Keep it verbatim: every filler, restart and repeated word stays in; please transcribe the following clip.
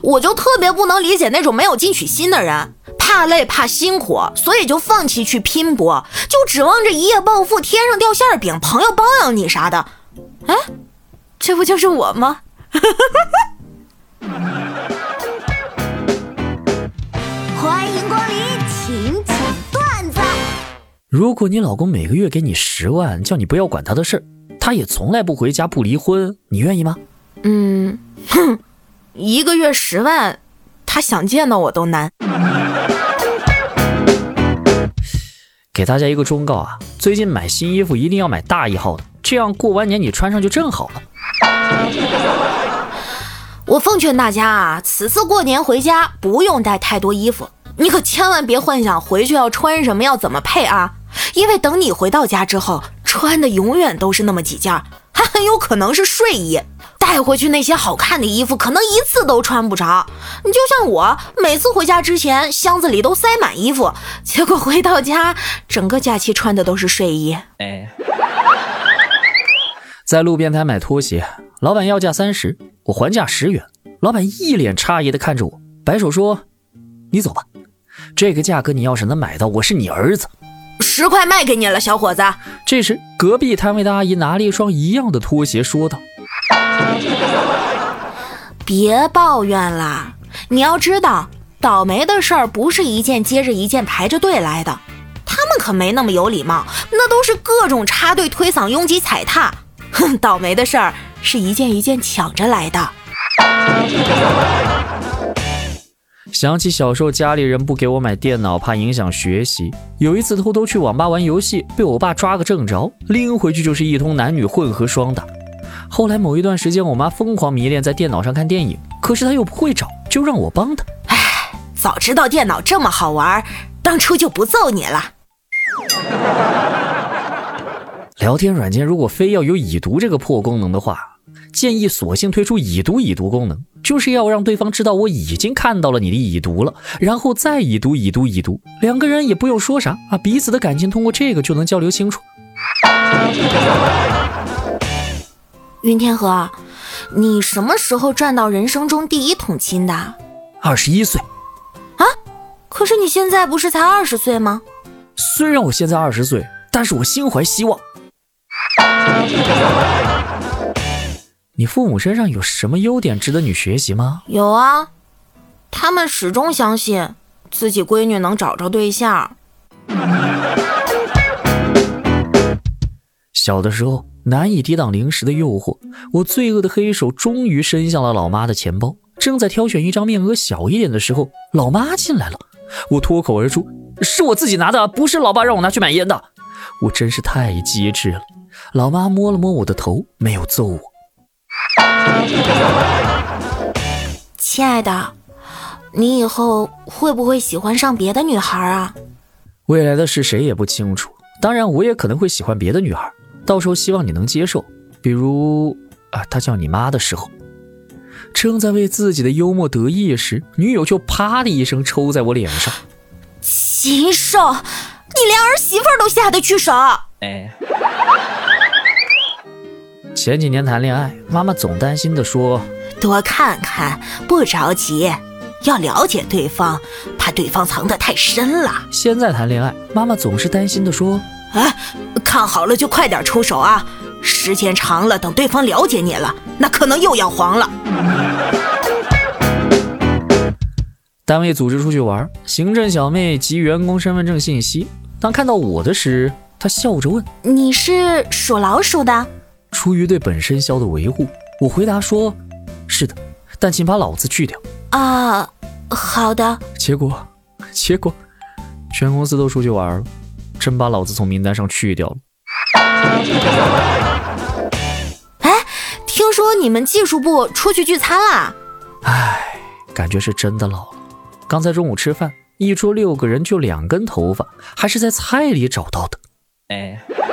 我就特别不能理解那种没有进取心的人，怕累怕辛苦，所以就放弃去拼搏，就指望着一夜暴富，天上掉馅饼，朋友包养你啥的。哎，这不就是我吗？ 欢迎光临请讲段子。 如果你老公每个月给你十万，叫你不要管他的事儿，他也从来不回家不离婚，你愿意吗？ 嗯，哼，一个月十万，他想见到我都难。 给大家一个忠告啊，最近买新衣服一定要买大一号的，这样过完年你穿上就正好了。 我奉劝大家啊，此次过年回家不用带太多衣服，你可千万别幻想回去要穿什么要怎么配啊，因为等你回到家之后，穿的永远都是那么几件，还很有可能是睡衣。带回去那些好看的衣服可能一次都穿不着，你就像我每次回家之前箱子里都塞满衣服，结果回到家整个假期穿的都是睡衣。 哎，在路边摊买拖鞋，老板要价三十，我还价十元，老板一脸诧异地看着我，摆手说：“你走吧，这个价格你要是能买到，我是你儿子。” 十块卖给你了，小伙子。 这时，隔壁摊位的阿姨拿了一双一样的拖鞋，说道：“ 别抱怨了，你要知道，倒霉的事儿不是一件接着一件排着队来的，他们可没那么有礼貌，那都是各种插队推搡拥挤踩踏。哼，倒霉的事儿是一件一件抢着来的。” 想起小时候家里人不给我买电脑，怕影响学习，有一次偷偷去网吧玩游戏，被我爸抓个正着，拎回去就是一通男女混合双打。后来某一段时间，我妈疯狂迷恋在电脑上看电影，可是她又不会找，就让我帮她。 唉，早知道电脑这么好玩，当初就不揍你了。 聊天软件如果非要有已读这个破功能的话，建议索性推出已读已读功能，就是要让对方知道我已经看到了你的已读了，然后再已读已读已读，两个人也不用说啥啊，彼此的感情通过这个就能交流清楚。 云天河，你什么时候赚到人生中第一桶金的？ 二十一岁啊？可是你现在不是才二十岁吗？ 虽然我现在二十岁，但是我心怀希望。你父母身上有什么优点值得你学习吗？ 有啊，他们始终相信自己闺女能找着对象。 小的时候难以抵挡零食的诱惑，我罪恶的黑手终于伸向了老妈的钱包，正在挑选一张面额小一点的时候，老妈进来了，我脱口而出：“是我自己拿的，不是老爸让我拿去买烟的。”我真是太机智了。老妈摸了摸我的头，没有揍我。 亲爱的，你以后会不会喜欢上别的女孩啊？ 未来的事谁也不清楚，当然我也可能会喜欢别的女孩，到时候希望你能接受，比如啊，她叫你妈的时候。正在为自己的幽默得意时，女友就啪的一声抽在我脸上。 禽兽，你连儿媳妇都下得去手。 哎，前几年谈恋爱，妈妈总担心地说：“ 多看看，不着急，要了解对方，怕对方藏得太深了。” 现在谈恋爱，妈妈总是担心地说：“ 哎，看好了就快点出手啊，时间长了，等对方了解你了，那可能又要黄了。” 单位组织出去玩，行政小妹集员工身份证信息，当看到我的时，她笑着问：“ 你是属老鼠的？” 出于对本生肖的维护，我回答说：“是的，但请把老字去掉。” 啊，好的。 结果，结果，全公司都出去玩了，真把老字从名单上去掉了。 哎，听说你们技术部出去聚餐啦？ 唉，感觉是真的老了。刚才中午吃饭，一桌六个人就两根头发，还是在菜里找到的。哎。